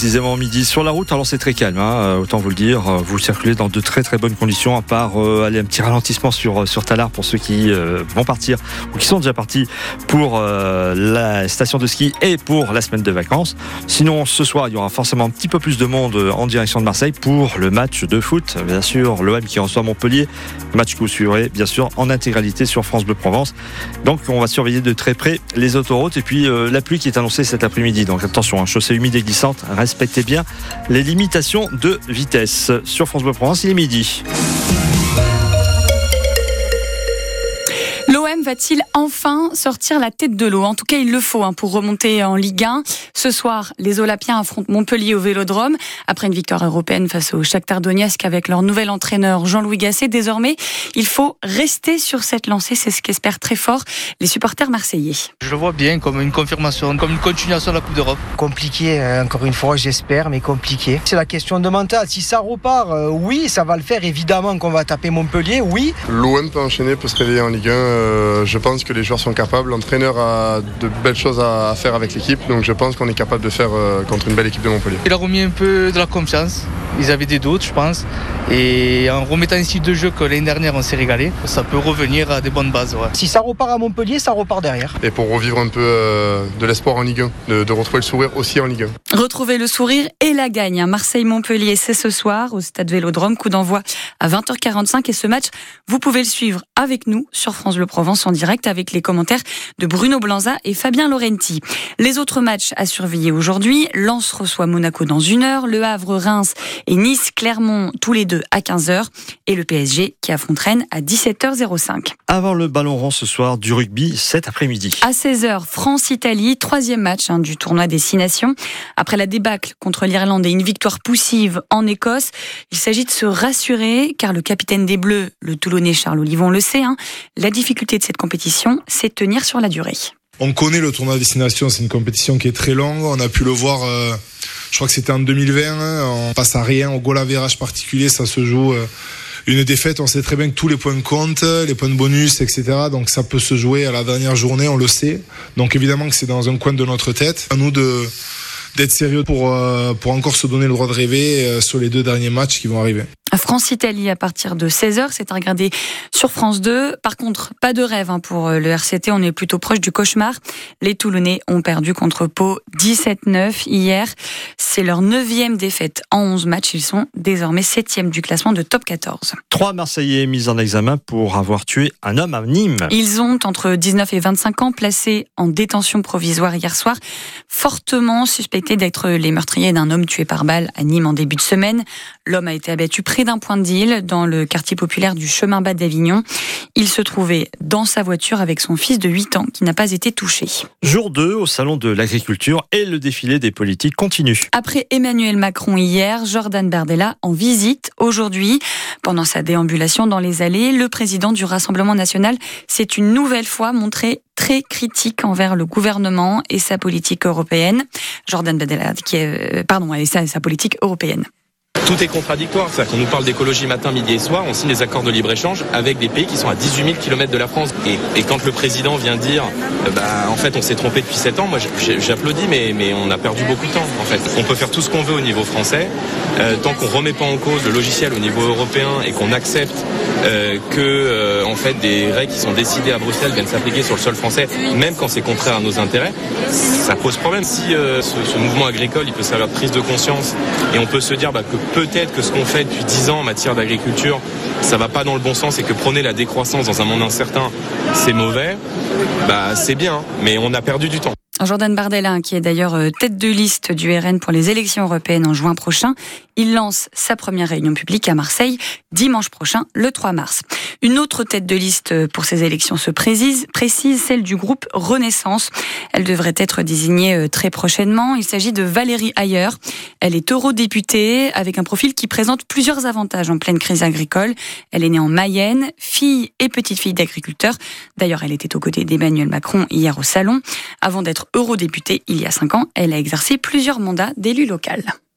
précisément midi. Sur la route, alors c'est très calme, autant vous le dire. Vous circulez dans de très très bonnes conditions, à part un petit ralentissement sur Tallard pour ceux qui vont partir ou qui sont déjà partis pour la station de ski et pour la semaine de vacances. Sinon, ce soir, il y aura forcément un petit peu plus de monde en direction de Marseille pour le match de foot. Bien sûr, l'OM qui reçoit Montpellier. Match que vous suivrez bien sûr en intégralité sur France Bleu Provence. Donc on va surveiller de très près les autoroutes et puis la pluie qui est annoncée cet après-midi. Donc attention, chaussée humide et glissante, respectez bien les limitations de vitesse. Sur France Bleu Provence, il est midi. L'OM va-t-il enfin sortir la tête de l'eau ? En tout cas, il le faut pour remonter en Ligue 1. Ce soir, les Olympiens affrontent Montpellier au Vélodrome. Après une victoire européenne face au Shakhtar Donetsk avec leur nouvel entraîneur Jean-Louis Gasset, désormais, il faut rester sur cette lancée. C'est ce qu'espèrent très fort les supporters marseillais. Je le vois bien comme une confirmation, comme une continuation de la Coupe d'Europe. Compliqué, encore une fois, j'espère, mais compliqué. C'est la question de mental. Si ça repart, oui, ça va le faire. Évidemment qu'on va taper Montpellier, oui. L'OM peut enchaîner, peut se réveiller en Ligue 1. Je pense que les joueurs sont capables. L'entraîneur a de belles choses à faire avec l'équipe. Donc je pense qu'on est capable de faire contre une belle équipe de Montpellier. Il a remis un peu de la confiance. Ils avaient des doutes, je pense. Et en remettant un style de jeu que l'année dernière, on s'est régalé, ça peut revenir à des bonnes bases. Ouais. Si ça repart à Montpellier, ça repart derrière. Et pour revivre un peu de l'espoir en Ligue 1, de retrouver le sourire aussi en Ligue 1. Retrouver le sourire et la gagne. Marseille-Montpellier, c'est ce soir au stade Vélodrome. Coup d'envoi à 20h45. Et ce match, vous pouvez le suivre avec nous sur France Bleu Provence en direct avec les commentaires de Bruno Blanza et Fabien Laurenti. Les autres matchs à surveiller aujourd'hui. Lens reçoit Monaco dans 1 heure. Le Havre, Reims et Nice-Clermont, tous les deux à 15h. Et le PSG qui affronte Rennes à 17h05. Avant le ballon rond ce soir, du rugby cet après-midi. À 16h, France-Italie, 3e match du tournoi des 6 nations. Après la débâcle contre l'Irlande et une victoire poussive en Écosse, il s'agit de se rassurer car le capitaine des Bleus, le Toulonnais Charles Olivon, le sait. La difficulté de cette compétition, c'est de tenir sur la durée. On connaît le tournoi des destinations, c'est une compétition qui est très longue. On a pu le voir, je crois que c'était en 2020, on passe à rien, au goal average particulier, ça se joue. Une défaite, on sait très bien que tous les points comptent, les points de bonus, etc. Donc ça peut se jouer à la dernière journée, on le sait. Donc évidemment que c'est dans un coin de notre tête. À nous d'être sérieux pour encore se donner le droit de rêver sur les 2 derniers matchs qui vont arriver. France-Italie à partir de 16h, c'est à regarder sur France 2. Par contre, pas de rêve pour le RCT, on est plutôt proche du cauchemar. Les Toulonnais ont perdu contre Pau 17-9 hier. C'est leur 9e défaite en 11 matchs. Ils sont désormais 7e du classement de top 14. 3 Marseillais mis en examen pour avoir tué un homme à Nîmes. Ils ont entre 19 et 25 ans, placés en détention provisoire hier soir, fortement suspectés d'être les meurtriers d'un homme tué par balle à Nîmes en début de semaine. L'homme a été abattu près d'un point de deal dans le quartier populaire du Chemin Bas d'Avignon. Il se trouvait dans sa voiture avec son fils de 8 ans qui n'a pas été touché. Jour 2 au salon de l'agriculture et le défilé des politiques continue. Après Emmanuel Macron hier, Jordan Bardella en visite aujourd'hui. Pendant sa déambulation dans les allées, le président du Rassemblement national s'est une nouvelle fois montré très critique envers le gouvernement et sa politique européenne. Jordan Bardella, et sa politique européenne. Tout est contradictoire, c'est-à-dire qu'on nous parle d'écologie matin, midi et soir, on signe des accords de libre-échange avec des pays qui sont à 18 000 km de la France. Et quand le président vient dire, en fait on s'est trompé depuis 7 ans, moi j'applaudis, mais on a perdu beaucoup de temps en fait. On peut faire tout ce qu'on veut au niveau français, tant qu'on remet pas en cause le logiciel au niveau européen et qu'on accepte que en fait des règles qui sont décidées à Bruxelles viennent s'appliquer sur le sol français, même quand c'est contraire à nos intérêts, ça pose problème. Si ce mouvement agricole il peut servir de prise de conscience et on peut se dire que peut-être que ce qu'on fait depuis 10 ans en matière d'agriculture, ça va pas dans le bon sens et que prôner la décroissance dans un monde incertain, c'est mauvais, c'est bien, mais on a perdu du temps. Jordan Bardella, qui est d'ailleurs tête de liste du RN pour les élections européennes en juin prochain, il lance sa première réunion publique à Marseille dimanche prochain, le 3 mars. Une autre tête de liste pour ces élections se précise, celle du groupe Renaissance. Elle devrait être désignée très prochainement. Il s'agit de Valérie Ayer. Elle est eurodéputée avec un profil qui présente plusieurs avantages en pleine crise agricole. Elle est née en Mayenne, fille et petite-fille d'agriculteurs. D'ailleurs, elle était aux côtés d'Emmanuel Macron hier au Salon. Avant d'être eurodéputée il y a 5 ans, elle a exercé plusieurs mandats d'élu local.